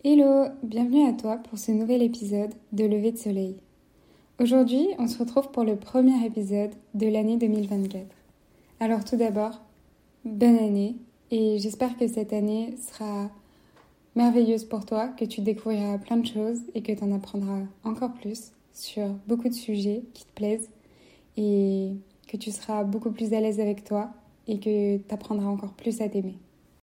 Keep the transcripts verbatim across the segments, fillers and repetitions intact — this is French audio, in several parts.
Hello, bienvenue à toi pour ce nouvel épisode de Lever de Soleil. Aujourd'hui, on se retrouve pour le premier épisode de l'année deux mille vingt-quatre. Alors tout d'abord, bonne année et j'espère que cette année sera merveilleuse pour toi, que tu découvriras plein de choses et que tu en apprendras encore plus sur beaucoup de sujets qui te plaisent et que tu seras beaucoup plus à l'aise avec toi et que tu apprendras encore plus à t'aimer.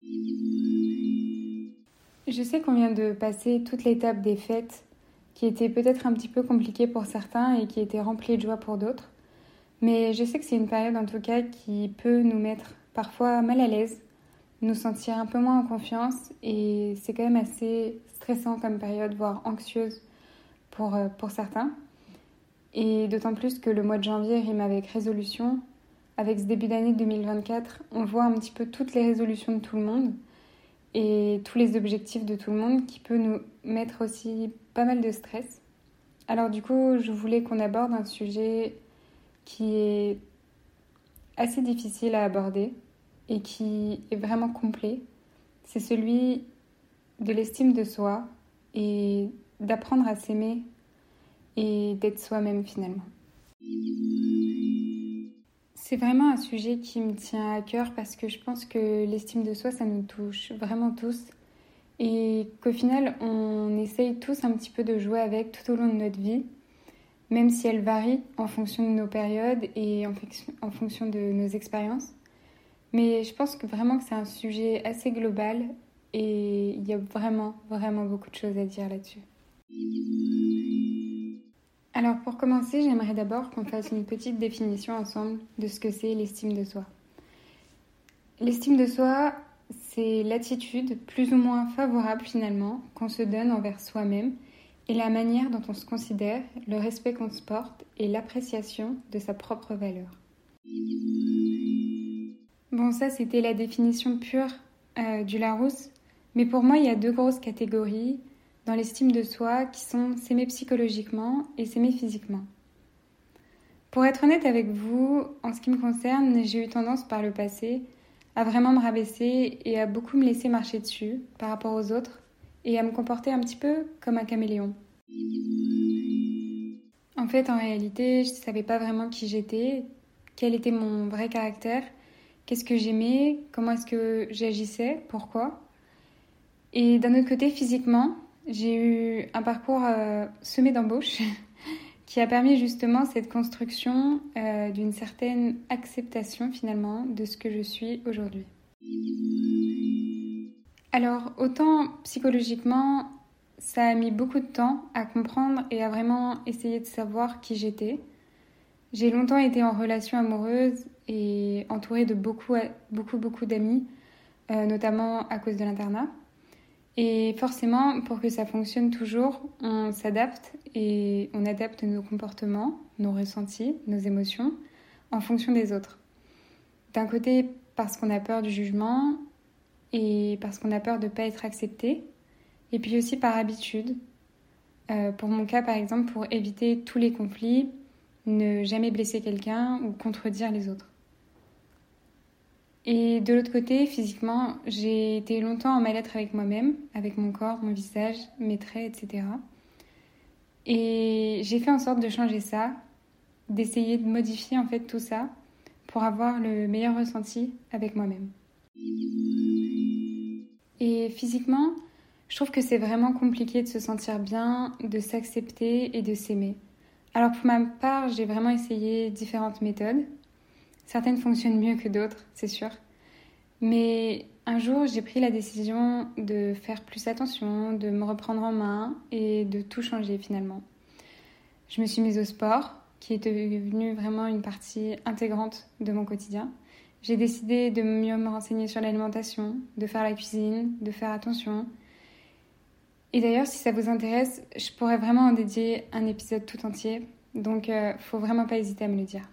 Je sais qu'on vient de passer toute l'étape des fêtes qui était peut-être un petit peu compliquée pour certains et qui était remplie de joie pour d'autres. Mais je sais que c'est une période en tout cas qui peut nous mettre parfois mal à l'aise, nous sentir un peu moins en confiance et c'est quand même assez stressant comme période, voire anxieuse pour, euh, pour certains. Et d'autant plus que le mois de janvier rime avec résolution. Avec ce début d'année deux mille vingt-quatre, on voit un petit peu toutes les résolutions de tout le monde et tous les objectifs de tout le monde qui peut nous mettre aussi pas mal de stress. Alors du coup, je voulais qu'on aborde un sujet qui est assez difficile à aborder et qui est vraiment complet. C'est celui de l'estime de soi et d'apprendre à s'aimer et d'être soi-même finalement. C'est vraiment un sujet qui me tient à cœur parce que je pense que l'estime de soi, ça nous touche vraiment tous et qu'au final, on essaye tous un petit peu de jouer avec tout au long de notre vie, même si elle varie en fonction de nos périodes et en, en fonction de nos expériences. Mais je pense que vraiment que c'est un sujet assez global et il y a vraiment, vraiment beaucoup de choses à dire là-dessus. Alors pour commencer, j'aimerais d'abord qu'on fasse une petite définition ensemble de ce que c'est l'estime de soi. L'estime de soi, c'est l'attitude plus ou moins favorable finalement qu'on se donne envers soi-même et la manière dont on se considère, le respect qu'on se porte et l'appréciation de sa propre valeur. Bon, ça c'était la définition pure euh, du Larousse, mais pour moi il y a deux grosses catégories dans l'estime de soi qui sont s'aimer psychologiquement et s'aimer physiquement. Pour être honnête avec vous, en ce qui me concerne, j'ai eu tendance par le passé à vraiment me rabaisser et à beaucoup me laisser marcher dessus par rapport aux autres et à me comporter un petit peu comme un caméléon. En fait, en réalité, je ne savais pas vraiment qui j'étais, quel était mon vrai caractère, qu'est-ce que j'aimais, comment est-ce que j'agissais, pourquoi. Et d'un autre côté, physiquement, j'ai eu un parcours euh, semé d'embauches qui a permis justement cette construction euh, d'une certaine acceptation finalement de ce que je suis aujourd'hui. Alors autant psychologiquement, ça a mis beaucoup de temps à comprendre et à vraiment essayer de savoir qui j'étais. J'ai longtemps été en relation amoureuse et entourée de beaucoup, beaucoup, beaucoup d'amis, euh, notamment à cause de l'internat. Et forcément, pour que ça fonctionne toujours, on s'adapte et on adapte nos comportements, nos ressentis, nos émotions en fonction des autres. D'un côté, parce qu'on a peur du jugement et parce qu'on a peur de ne pas être accepté. Et puis aussi par habitude. Euh, pour mon cas, par exemple, pour éviter tous les conflits, ne jamais blesser quelqu'un ou contredire les autres. Et de l'autre côté, physiquement, j'ai été longtemps en mal-être avec moi-même, avec mon corps, mon visage, mes traits, et cetera. Et j'ai fait en sorte de changer ça, d'essayer de modifier en fait tout ça pour avoir le meilleur ressenti avec moi-même. Et physiquement, je trouve que c'est vraiment compliqué de se sentir bien, de s'accepter et de s'aimer. Alors pour ma part, j'ai vraiment essayé différentes méthodes. Certaines fonctionnent mieux que d'autres, c'est sûr. Mais un jour, j'ai pris la décision de faire plus attention, de me reprendre en main et de tout changer finalement. Je me suis mise au sport, qui est devenu vraiment une partie intégrante de mon quotidien. J'ai décidé de mieux me renseigner sur l'alimentation, de faire la cuisine, de faire attention. Et d'ailleurs, si ça vous intéresse, je pourrais vraiment en dédier un épisode tout entier. Donc, euh, faut vraiment pas hésiter à me le dire.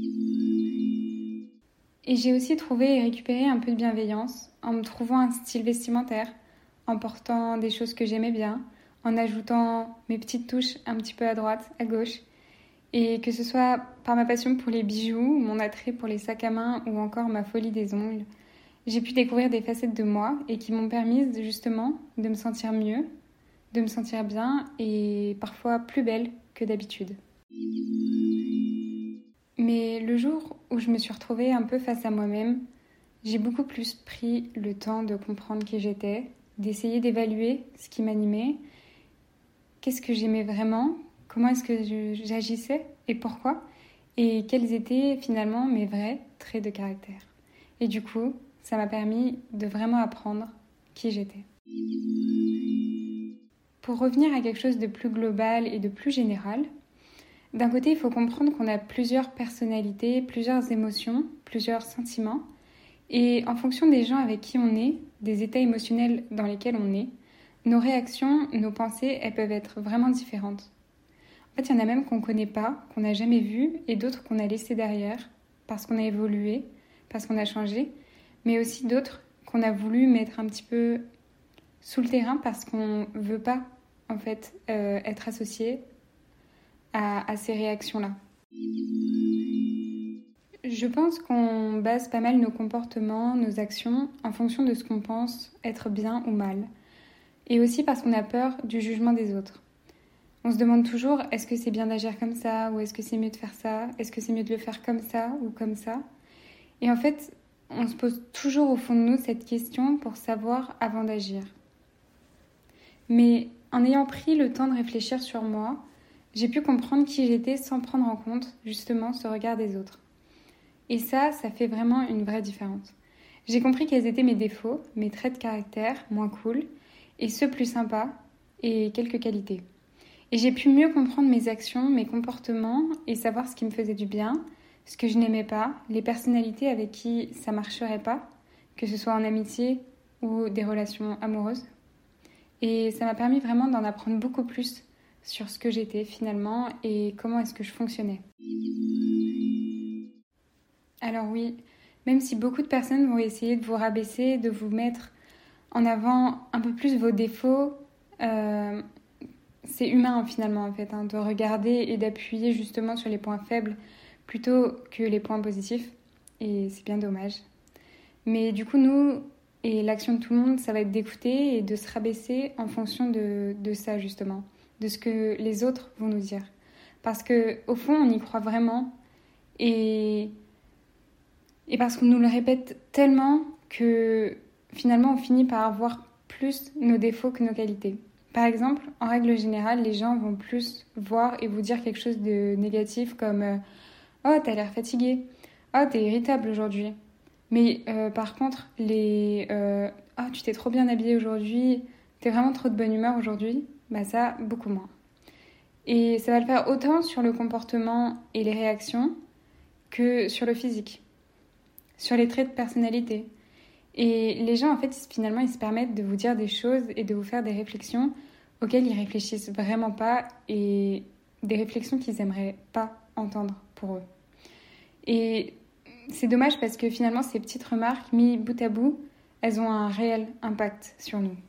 Et j'ai aussi trouvé et récupéré un peu de bienveillance en me trouvant un style vestimentaire, en portant des choses que j'aimais bien, en ajoutant mes petites touches un petit peu à droite, à gauche. Et que ce soit par ma passion pour les bijoux, mon attrait pour les sacs à main ou encore ma folie des ongles, j'ai pu découvrir des facettes de moi et qui m'ont permis justement de me sentir mieux, de me sentir bien et parfois plus belle que d'habitude. Mais le jour où je me suis retrouvée un peu face à moi-même, j'ai beaucoup plus pris le temps de comprendre qui j'étais, d'essayer d'évaluer ce qui m'animait, qu'est-ce que j'aimais vraiment, comment est-ce que je- j'agissais et pourquoi, et quels étaient finalement mes vrais traits de caractère. Et du coup, ça m'a permis de vraiment apprendre qui j'étais. Pour revenir à quelque chose de plus global et de plus général, d'un côté, il faut comprendre qu'on a plusieurs personnalités, plusieurs émotions, plusieurs sentiments, et en fonction des gens avec qui on est, des états émotionnels dans lesquels on est, nos réactions, nos pensées, elles peuvent être vraiment différentes. En fait, il y en a même qu'on ne connaît pas, qu'on n'a jamais vu, et d'autres qu'on a laissés derrière, parce qu'on a évolué, parce qu'on a changé, mais aussi d'autres qu'on a voulu mettre un petit peu sous le terrain parce qu'on ne veut pas, en fait, euh, être associé à, à ces réactions-là. Je pense qu'on base pas mal nos comportements, nos actions, en fonction de ce qu'on pense être bien ou mal. Et aussi parce qu'on a peur du jugement des autres. On se demande toujours, est-ce que c'est bien d'agir comme ça, ou est-ce que c'est mieux de faire ça, est-ce que c'est mieux de le faire comme ça ou comme ça. Et en fait, on se pose toujours au fond de nous cette question pour savoir avant d'agir. Mais en ayant pris le temps de réfléchir sur moi, j'ai pu comprendre qui j'étais sans prendre en compte justement ce regard des autres. Et ça, ça fait vraiment une vraie différence. J'ai compris quels étaient mes défauts, mes traits de caractère moins cool, et ceux plus sympas, et quelques qualités. Et j'ai pu mieux comprendre mes actions, mes comportements, et savoir ce qui me faisait du bien, ce que je n'aimais pas, les personnalités avec qui ça marcherait pas, que ce soit en amitié ou des relations amoureuses. Et ça m'a permis vraiment d'en apprendre beaucoup plus sur ce que j'étais finalement et comment est-ce que je fonctionnais. Alors oui, même si beaucoup de personnes vont essayer de vous rabaisser, de vous mettre en avant un peu plus vos défauts, euh, c'est humain finalement en fait, hein, de regarder et d'appuyer justement sur les points faibles plutôt que les points positifs. Et c'est bien dommage. Mais du coup, nous, et l'action de tout le monde, ça va être d'écouter et de se rabaisser en fonction de, de ça justement, de ce que les autres vont nous dire. Parce qu'au fond, on y croit vraiment et, et parce qu'on nous le répète tellement que finalement, on finit par voir plus nos défauts que nos qualités. Par exemple, en règle générale, les gens vont plus voir et vous dire quelque chose de négatif comme euh, « Oh, t'as l'air fatigué. Oh, t'es irritable aujourd'hui. » Mais euh, par contre, les euh, « Oh, tu t'es trop bien habillé aujourd'hui. T'es vraiment trop de bonne humeur aujourd'hui. » Bah ça, beaucoup moins. Et ça va le faire autant sur le comportement et les réactions que sur le physique, sur les traits de personnalité. Et les gens, en fait, finalement, ils se permettent de vous dire des choses et de vous faire des réflexions auxquelles ils réfléchissent vraiment pas et des réflexions qu'ils n'aimeraient pas entendre pour eux. Et c'est dommage parce que finalement, ces petites remarques mises bout à bout, elles ont un réel impact sur nous.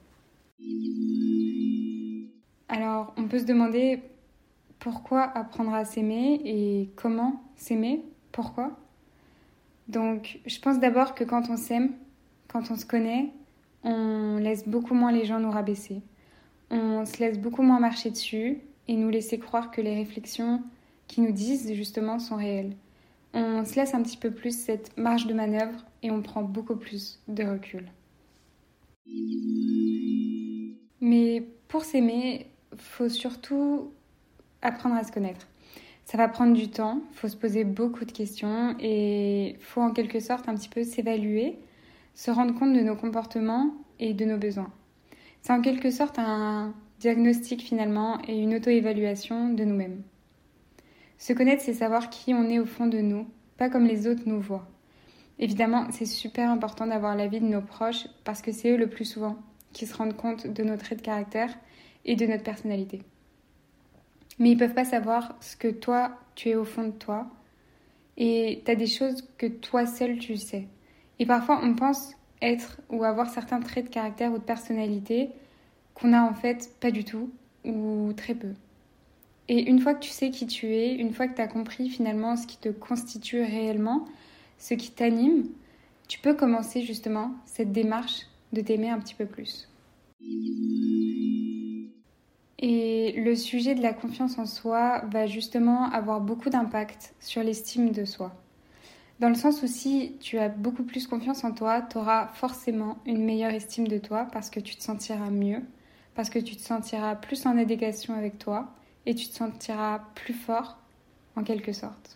Alors, on peut se demander pourquoi apprendre à s'aimer et comment s'aimer, pourquoi. Donc, je pense d'abord que quand on s'aime, quand on se connaît, on laisse beaucoup moins les gens nous rabaisser. On se laisse beaucoup moins marcher dessus et nous laisser croire que les réflexions qui nous disent justement sont réelles. On se laisse un petit peu plus cette marge de manœuvre et on prend beaucoup plus de recul. Mais pour s'aimer, il faut surtout apprendre à se connaître. Ça va prendre du temps, il faut se poser beaucoup de questions et il faut en quelque sorte un petit peu s'évaluer, se rendre compte de nos comportements et de nos besoins. C'est en quelque sorte un diagnostic finalement et une auto-évaluation de nous-mêmes. Se connaître, c'est savoir qui on est au fond de nous, pas comme les autres nous voient. Évidemment, c'est super important d'avoir l'avis de nos proches parce que c'est eux le plus souvent qui se rendent compte de nos traits de caractère et de notre personnalité. Mais ils peuvent pas savoir ce que toi, tu es au fond de toi. Et tu as des choses que toi seul, tu sais. Et parfois, on pense être ou avoir certains traits de caractère ou de personnalité qu'on a en fait pas du tout ou très peu. Et une fois que tu sais qui tu es, une fois que tu as compris finalement ce qui te constitue réellement, ce qui t'anime, tu peux commencer justement cette démarche de t'aimer un petit peu plus. Et le sujet de la confiance en soi va justement avoir beaucoup d'impact sur l'estime de soi. Dans le sens où si tu as beaucoup plus confiance en toi, tu auras forcément une meilleure estime de toi parce que tu te sentiras mieux, parce que tu te sentiras plus en adéquation avec toi et tu te sentiras plus fort en quelque sorte.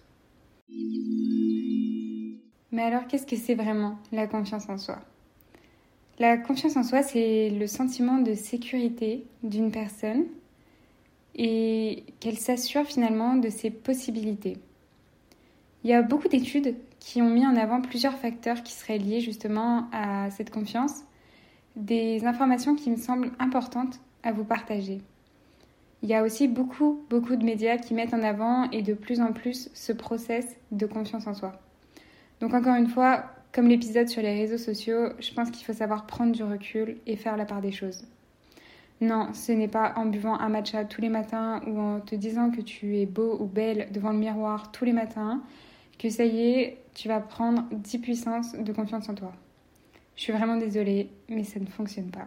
Mais alors, qu'est-ce que c'est vraiment la confiance en soi ? La confiance en soi, c'est le sentiment de sécurité d'une personne et qu'elle s'assure finalement de ses possibilités. Il y a beaucoup d'études qui ont mis en avant plusieurs facteurs qui seraient liés justement à cette confiance, des informations qui me semblent importantes à vous partager. Il y a aussi beaucoup, beaucoup de médias qui mettent en avant et de plus en plus ce process de confiance en soi. Donc encore une fois, comme l'épisode sur les réseaux sociaux, je pense qu'il faut savoir prendre du recul et faire la part des choses. Non, ce n'est pas en buvant un matcha tous les matins ou en te disant que tu es beau ou belle devant le miroir tous les matins que ça y est, tu vas prendre dix puissances de confiance en toi. Je suis vraiment désolée, mais ça ne fonctionne pas.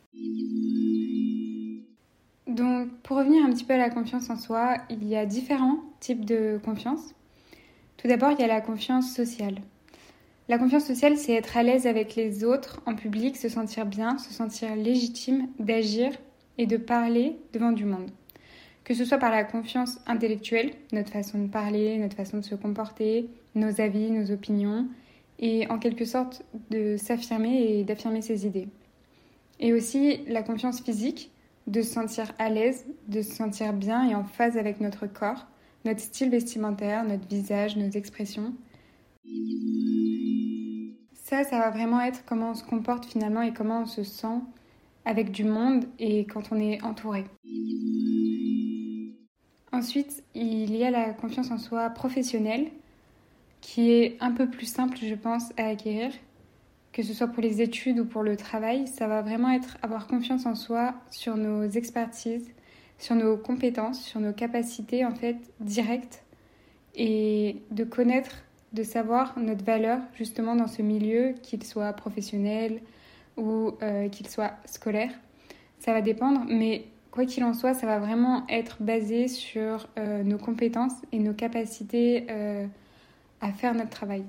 Donc, pour revenir un petit peu à la confiance en soi, il y a différents types de confiance. Tout d'abord, il y a la confiance sociale. La confiance sociale, c'est être à l'aise avec les autres en public, se sentir bien, se sentir légitime d'agir et de parler devant du monde. Que ce soit par la confiance intellectuelle, notre façon de parler, notre façon de se comporter, nos avis, nos opinions, et en quelque sorte de s'affirmer et d'affirmer ses idées. Et aussi la confiance physique, de se sentir à l'aise, de se sentir bien et en phase avec notre corps, notre style vestimentaire, notre visage, nos expressions. Ça, ça va vraiment être comment on se comporte finalement et comment on se sent avec du monde et quand on est entouré. Ensuite, il y a la confiance en soi professionnelle, qui est un peu plus simple, je pense, à acquérir. Que ce soit pour les études ou pour le travail, ça va vraiment être avoir confiance en soi sur nos expertises, sur nos compétences, sur nos capacités en fait directes et de connaître, de savoir notre valeur justement dans ce milieu, qu'il soit professionnel ou euh, qu'il soit scolaire. Ça va dépendre, mais quoi qu'il en soit, ça va vraiment être basé sur euh, nos compétences et nos capacités euh, à faire notre travail.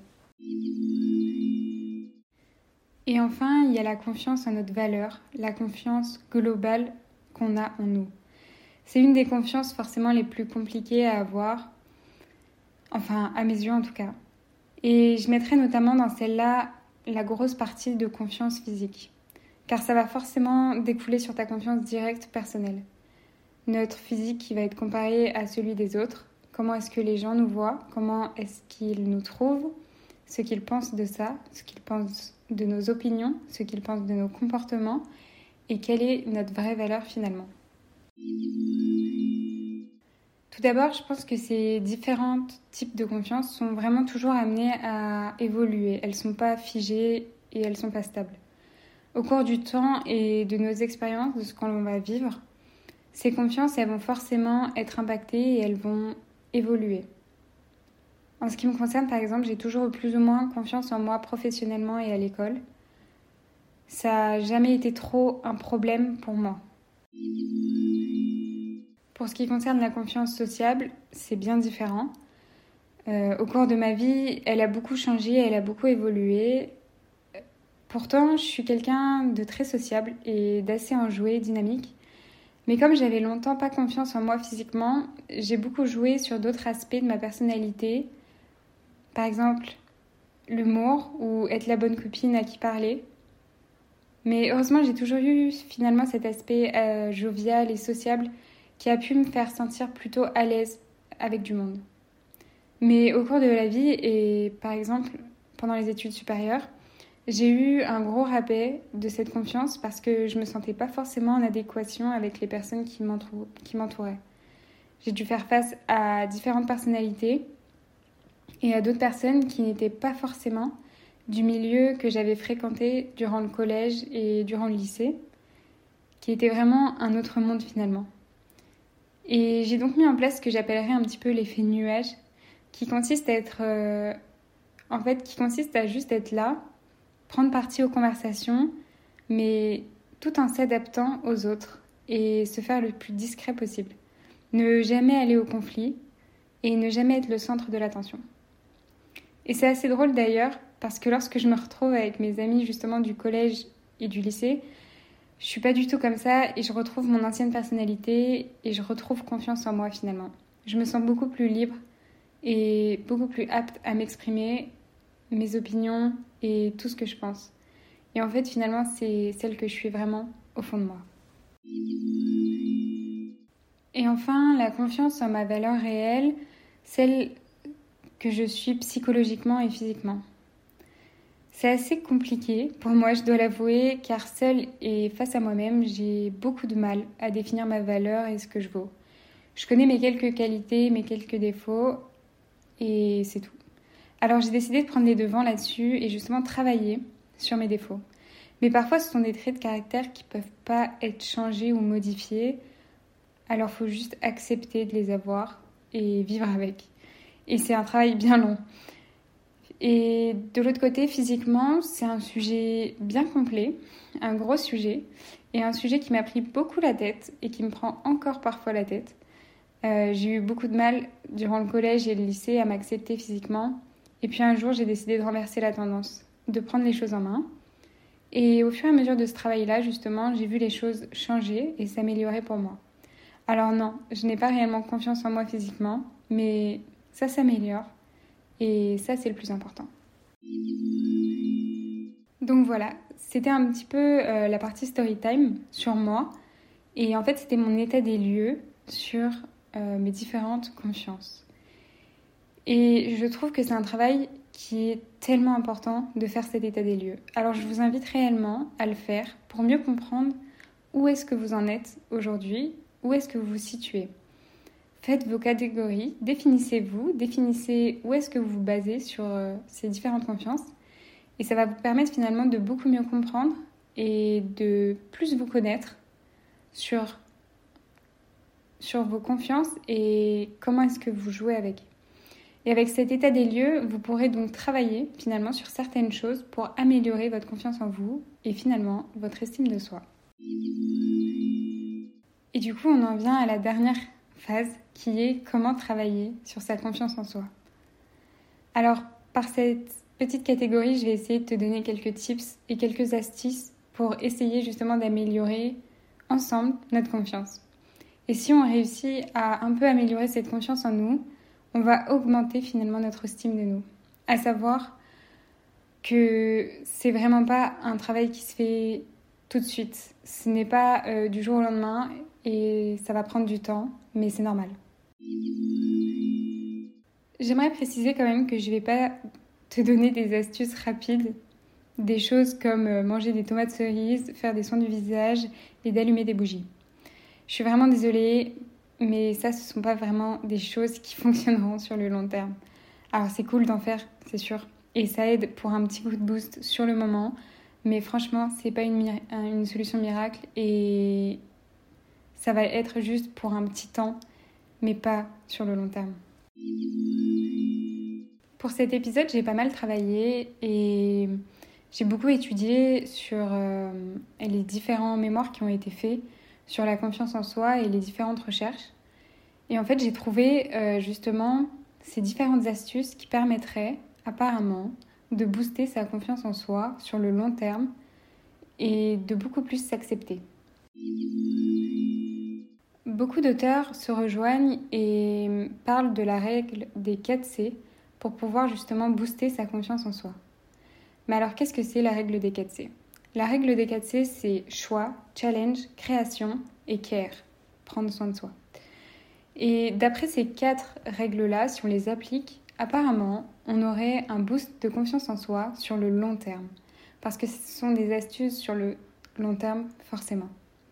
Et enfin, il y a la confiance en notre valeur, la confiance globale qu'on a en nous. C'est une des confiances forcément les plus compliquées à avoir, enfin à mes yeux en tout cas. Et je mettrai notamment dans celle-là la grosse partie de confiance physique, car ça va forcément découler sur ta confiance directe personnelle. Notre physique qui va être comparé à celui des autres, comment est-ce que les gens nous voient, comment est-ce qu'ils nous trouvent, ce qu'ils pensent de ça, ce qu'ils pensent de nos opinions, ce qu'ils pensent de nos comportements et quelle est notre vraie valeur finalement. Tout d'abord, je pense que ces différents types de confiance sont vraiment toujours amenés à évoluer. Elles ne sont pas figées et elles ne sont pas stables. Au cours du temps et de nos expériences, de ce qu'on va vivre, ces confiances, elles vont forcément être impactées et elles vont évoluer. En ce qui me concerne, par exemple, j'ai toujours eu plus ou moins confiance en moi professionnellement et à l'école. Ça n'a jamais été trop un problème pour moi. Pour ce qui concerne la confiance sociable, c'est bien différent. Euh, au cours de ma vie, elle a beaucoup changé, elle a beaucoup évolué. Pourtant, je suis quelqu'un de très sociable et d'assez enjoué, dynamique. Mais comme j'avais longtemps pas confiance en moi physiquement, j'ai beaucoup joué sur d'autres aspects de ma personnalité. Par exemple, l'humour ou être la bonne copine à qui parler. Mais heureusement, j'ai toujours eu finalement cet aspect euh, jovial et sociable qui a pu me faire sentir plutôt à l'aise avec du monde. Mais au cours de la vie et par exemple pendant les études supérieures, j'ai eu un gros rappel de cette confiance parce que je me sentais pas forcément en adéquation avec les personnes qui m'entour- qui m'entouraient. J'ai dû faire face à différentes personnalités et à d'autres personnes qui n'étaient pas forcément du milieu que j'avais fréquenté durant le collège et durant le lycée, qui était vraiment un autre monde finalement. Et j'ai donc mis en place ce que j'appellerais un petit peu l'effet nuage, qui consiste à être, euh, en fait, qui consiste à juste être là, prendre partie aux conversations, mais tout en s'adaptant aux autres et se faire le plus discret possible. Ne jamais aller au conflit et ne jamais être le centre de l'attention. Et c'est assez drôle d'ailleurs, parce que lorsque je me retrouve avec mes amis justement du collège et du lycée, je suis pas du tout comme ça et je retrouve mon ancienne personnalité et je retrouve confiance en moi finalement. Je me sens beaucoup plus libre et beaucoup plus apte à m'exprimer, mes opinions et tout ce que je pense. Et en fait, finalement, c'est celle que je suis vraiment au fond de moi. Et enfin, la confiance en ma valeur réelle, celle que je suis psychologiquement et physiquement. C'est assez compliqué pour moi, je dois l'avouer, car seule et face à moi-même, j'ai beaucoup de mal à définir ma valeur et ce que je vaux. Je connais mes quelques qualités, mes quelques défauts, et c'est tout. Alors j'ai décidé de prendre les devants là-dessus et justement travailler sur mes défauts. Mais parfois, ce sont des traits de caractère qui ne peuvent pas être changés ou modifiés, alors il faut juste accepter de les avoir et vivre avec. Et c'est un travail bien long. Et de l'autre côté, physiquement, c'est un sujet bien complet, un gros sujet, et un sujet qui m'a pris beaucoup la tête et qui me prend encore parfois la tête. Euh, j'ai eu beaucoup de mal durant le collège et le lycée à m'accepter physiquement. Et puis un jour, j'ai décidé de renverser la tendance, de prendre les choses en main. Et au fur et à mesure de ce travail-là, justement, j'ai vu les choses changer et s'améliorer pour moi. Alors non, je n'ai pas réellement confiance en moi physiquement, mais ça s'améliore. Et ça, c'est le plus important. Donc voilà, c'était un petit peu euh, la partie story time sur moi. Et en fait, c'était mon état des lieux sur euh, mes différentes confiances. Et je trouve que c'est un travail qui est tellement important de faire cet état des lieux. Alors je vous invite réellement à le faire pour mieux comprendre où est-ce que vous en êtes aujourd'hui, où est-ce que vous vous situez. Faites vos catégories, définissez-vous, définissez où est-ce que vous vous basez sur euh, ces différentes confiances. Et ça va vous permettre finalement de beaucoup mieux comprendre et de plus vous connaître sur, sur vos confiances et comment est-ce que vous jouez avec. Et avec cet état des lieux, vous pourrez donc travailler finalement sur certaines choses pour améliorer votre confiance en vous et finalement votre estime de soi. Et du coup, on en vient à la dernière phase qui est comment travailler sur sa confiance en soi. Alors, par cette petite catégorie, je vais essayer de te donner quelques tips et quelques astuces pour essayer justement d'améliorer ensemble notre confiance. Et si on réussit à un peu améliorer cette confiance en nous, on va augmenter finalement notre estime de nous. À savoir que c'est vraiment pas un travail qui se fait tout de suite. Ce n'est pas euh, du jour au lendemain et ça va prendre du temps, mais c'est normal. J'aimerais préciser quand même que je ne vais pas te donner des astuces rapides, des choses comme euh, manger des tomates cerises, faire des soins du visage et d'allumer des bougies. Je suis vraiment désolée, mais ça, ce ne sont pas vraiment des choses qui fonctionneront sur le long terme. Alors c'est cool d'en faire, c'est sûr, et ça aide pour un petit coup de boost sur le moment, mais franchement, c'est pas une, mir- une solution miracle et ça va être juste pour un petit temps, mais pas sur le long terme. Pour cet épisode, j'ai pas mal travaillé et j'ai beaucoup étudié sur euh, les différents mémoires qui ont été faits sur la confiance en soi et les différentes recherches. Et en fait, j'ai trouvé euh, justement ces différentes astuces qui permettraient apparemment de booster sa confiance en soi sur le long terme et de beaucoup plus s'accepter. Beaucoup d'auteurs se rejoignent et parlent de la règle des quatre C pour pouvoir justement booster sa confiance en soi. Mais alors, qu'est-ce que c'est la règle des quatre C ? La règle des quatre C, c'est choix, challenge, création et care, prendre soin de soi. Et d'après ces quatre règles-là, si on les applique, apparemment, on aurait un boost de confiance en soi sur le long terme. Parce que ce sont des astuces sur le long terme, forcément.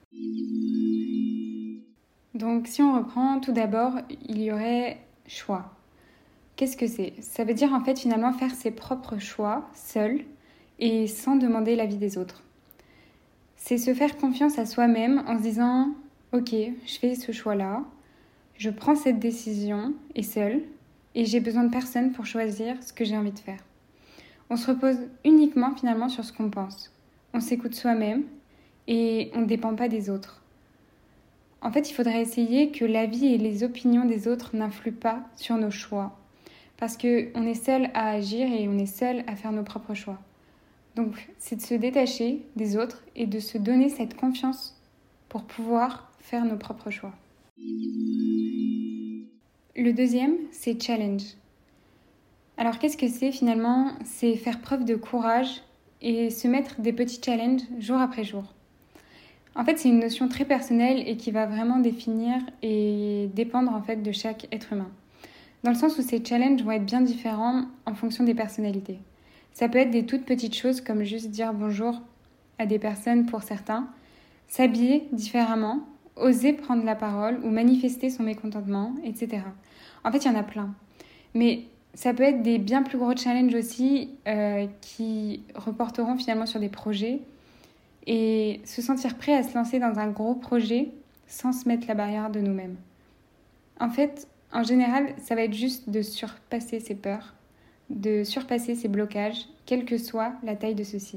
Donc, si on reprend, tout d'abord, il y aurait choix. Qu'est-ce que c'est ? Ça veut dire en fait finalement faire ses propres choix, seul, et sans demander l'avis des autres. C'est se faire confiance à soi-même en se disant « Ok, je fais ce choix-là, je prends cette décision, et seul, et j'ai besoin de personne pour choisir ce que j'ai envie de faire. » On se repose uniquement finalement sur ce qu'on pense. On s'écoute soi-même et on ne dépend pas des autres. En fait, il faudrait essayer que l'avis et les opinions des autres n'influent pas sur nos choix. Parce qu'on est seul à agir et on est seul à faire nos propres choix. Donc, c'est de se détacher des autres et de se donner cette confiance pour pouvoir faire nos propres choix. Le deuxième, c'est challenge. Alors, qu'est-ce que c'est finalement? C'est faire preuve de courage et se mettre des petits challenges jour après jour. En fait, c'est une notion très personnelle et qui va vraiment définir et dépendre en fait de chaque être humain. Dans le sens où ces challenges vont être bien différents en fonction des personnalités. Ça peut être des toutes petites choses comme juste dire bonjour à des personnes pour certains, s'habiller différemment, oser prendre la parole ou manifester son mécontentement, et cetera. En fait, il y en a plein. Mais ça peut être des bien plus gros challenges aussi euh, qui reporteront finalement sur des projets et se sentir prêt à se lancer dans un gros projet sans se mettre la barrière de nous-mêmes. En fait, en général, ça va être juste de surpasser ses peurs, de surpasser ses blocages, quelle que soit la taille de ceux-ci.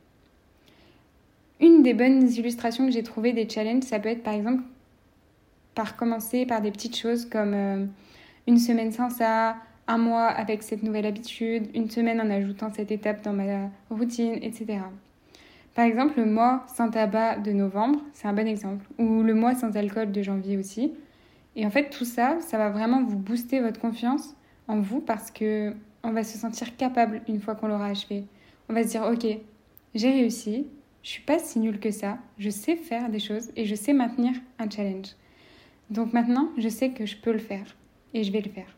Une des bonnes illustrations que j'ai trouvées des challenges, ça peut être par exemple par commencer par des petites choses comme euh, une semaine sans ça, un mois avec cette nouvelle habitude, une semaine en ajoutant cette étape dans ma routine, et cetera. Par exemple, le mois sans tabac de novembre, c'est un bon exemple, ou le mois sans alcool de janvier aussi. Et en fait, tout ça, ça va vraiment vous booster votre confiance en vous parce que on va se sentir capable une fois qu'on l'aura achevé. On va se dire, ok, j'ai réussi, je suis pas si nulle que ça, je sais faire des choses et je sais maintenir un challenge. Donc maintenant, je sais que je peux le faire et je vais le faire.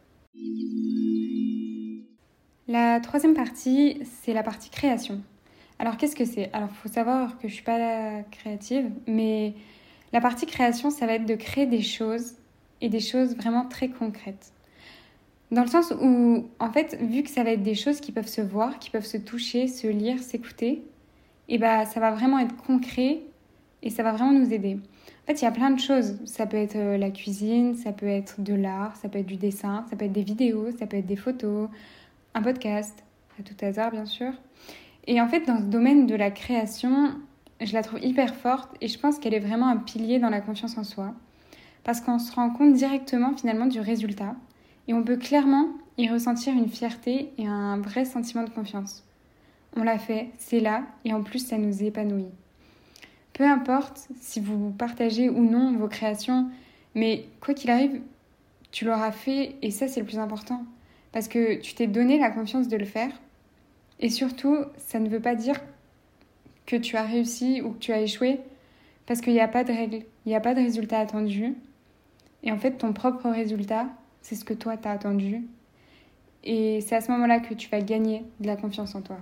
La troisième partie, c'est la partie création. Alors, qu'est-ce que c'est? Alors, il faut savoir que je ne suis pas la créative, mais la partie création, ça va être de créer des choses et des choses vraiment très concrètes. Dans le sens où, en fait, vu que ça va être des choses qui peuvent se voir, qui peuvent se toucher, se lire, s'écouter, et bah, ça va vraiment être concret et ça va vraiment nous aider. En fait, il y a plein de choses. Ça peut être la cuisine, ça peut être de l'art, ça peut être du dessin, ça peut être des vidéos, ça peut être des photos, un podcast, à tout hasard, bien sûr. Et en fait, dans ce domaine de la création, je la trouve hyper forte et je pense qu'elle est vraiment un pilier dans la confiance en soi. Parce qu'on se rend compte directement finalement du résultat et on peut clairement y ressentir une fierté et un vrai sentiment de confiance. On l'a fait, c'est là et en plus ça nous épanouit. Peu importe si vous partagez ou non vos créations, mais quoi qu'il arrive, tu l'auras fait et ça c'est le plus important. Parce que tu t'es donné la confiance de le faire. Et surtout, ça ne veut pas dire que tu as réussi ou que tu as échoué, parce qu'il n'y a pas de règle, il n'y a pas de résultat attendu. Et en fait, ton propre résultat, c'est ce que toi, tu as attendu. Et c'est à ce moment-là que tu vas gagner de la confiance en toi.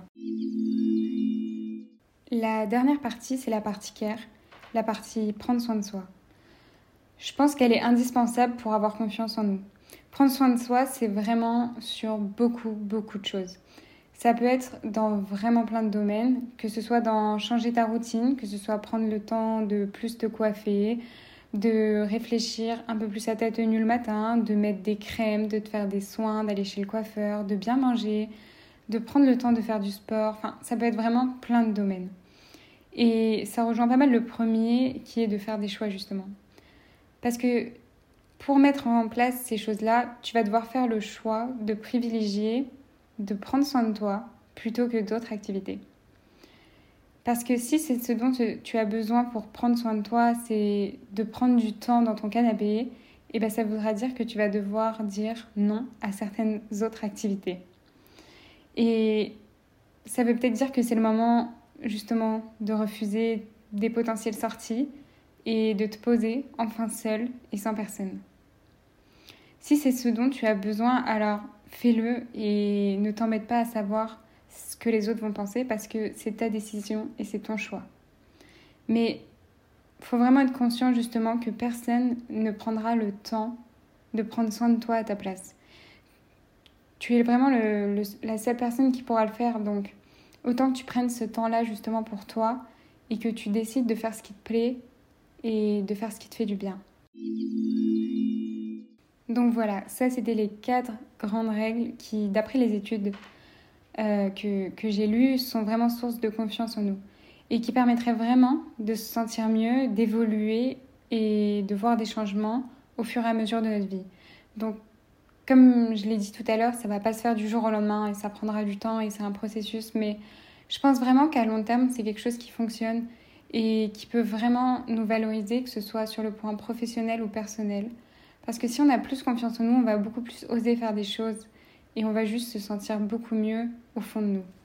La dernière partie, c'est la partie care, la partie prendre soin de soi. Je pense qu'elle est indispensable pour avoir confiance en nous. Prendre soin de soi, c'est vraiment sur beaucoup, beaucoup de choses. Ça peut être dans vraiment plein de domaines, que ce soit dans changer ta routine, que ce soit prendre le temps de plus te coiffer, de réfléchir un peu plus à ta tenue le matin, de mettre des crèmes, de te faire des soins, d'aller chez le coiffeur, de bien manger, de prendre le temps de faire du sport. Enfin, ça peut être vraiment plein de domaines. Et ça rejoint pas mal le premier qui est de faire des choix justement. Parce que pour mettre en place ces choses-là, tu vas devoir faire le choix de privilégier de prendre soin de toi plutôt que d'autres activités. Parce que si c'est ce dont tu as besoin pour prendre soin de toi, c'est de prendre du temps dans ton canapé, et ben ça voudra dire que tu vas devoir dire non à certaines autres activités. Et ça veut peut-être dire que c'est le moment justement de refuser des potentielles sorties et de te poser enfin seul et sans personne. Si c'est ce dont tu as besoin, alors fais-le et ne t'embête pas à savoir ce que les autres vont penser parce que c'est ta décision et c'est ton choix. Mais il faut vraiment être conscient justement que personne ne prendra le temps de prendre soin de toi à ta place. Tu es vraiment le, le, la seule personne qui pourra le faire, donc autant que tu prennes ce temps-là justement pour toi et que tu décides de faire ce qui te plaît et de faire ce qui te fait du bien. Donc voilà, ça c'était les quatre grandes règles qui, d'après les études euh, que, que j'ai lues, sont vraiment source de confiance en nous et qui permettraient vraiment de se sentir mieux, d'évoluer et de voir des changements au fur et à mesure de notre vie. Donc, comme je l'ai dit tout à l'heure, ça ne va pas se faire du jour au lendemain et ça prendra du temps et c'est un processus, mais je pense vraiment qu'à long terme, c'est quelque chose qui fonctionne et qui peut vraiment nous valoriser, que ce soit sur le point professionnel ou personnel. Parce que si on a plus confiance en nous, on va beaucoup plus oser faire des choses et on va juste se sentir beaucoup mieux au fond de nous.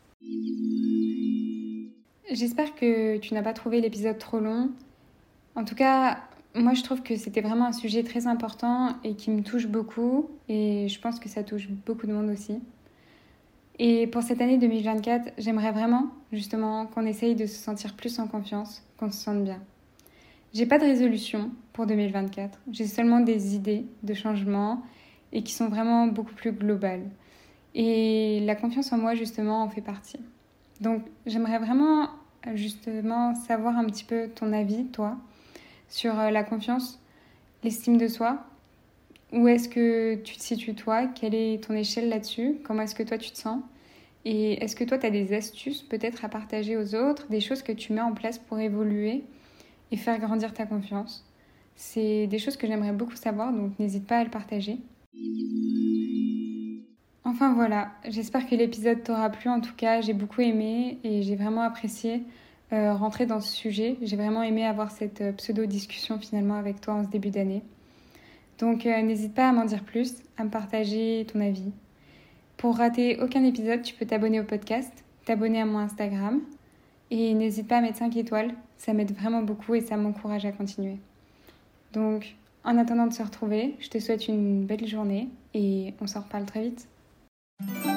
J'espère que tu n'as pas trouvé l'épisode trop long. En tout cas, moi je trouve que c'était vraiment un sujet très important et qui me touche beaucoup et je pense que ça touche beaucoup de monde aussi. Et pour cette année deux mille vingt-quatre, j'aimerais vraiment justement qu'on essaye de se sentir plus en confiance, qu'on se sente bien. J'ai pas de résolution pour deux mille vingt-quatre, j'ai seulement des idées de changement et qui sont vraiment beaucoup plus globales. Et la confiance en moi justement en fait partie. Donc j'aimerais vraiment justement savoir un petit peu ton avis, toi, sur la confiance, l'estime de soi. Où est-ce que tu te situes toi? Quelle est ton échelle là-dessus? Comment est-ce que toi tu te sens? Et est-ce que toi tu as des astuces peut-être à partager aux autres, des choses que tu mets en place pour évoluer et faire grandir ta confiance? C'est des choses que j'aimerais beaucoup savoir, donc n'hésite pas à le partager. Enfin voilà, j'espère que l'épisode t'aura plu. En tout cas, j'ai beaucoup aimé et j'ai vraiment apprécié euh, rentrer dans ce sujet. J'ai vraiment aimé avoir cette euh, pseudo-discussion finalement avec toi en ce début d'année. Donc euh, n'hésite pas à m'en dire plus, à me partager ton avis. Pour rater aucun épisode, tu peux t'abonner au podcast, t'abonner à mon Instagram et n'hésite pas à mettre cinq étoiles, ça m'aide vraiment beaucoup et ça m'encourage à continuer. Donc en attendant de se retrouver, je te souhaite une belle journée et on s'en reparle très vite.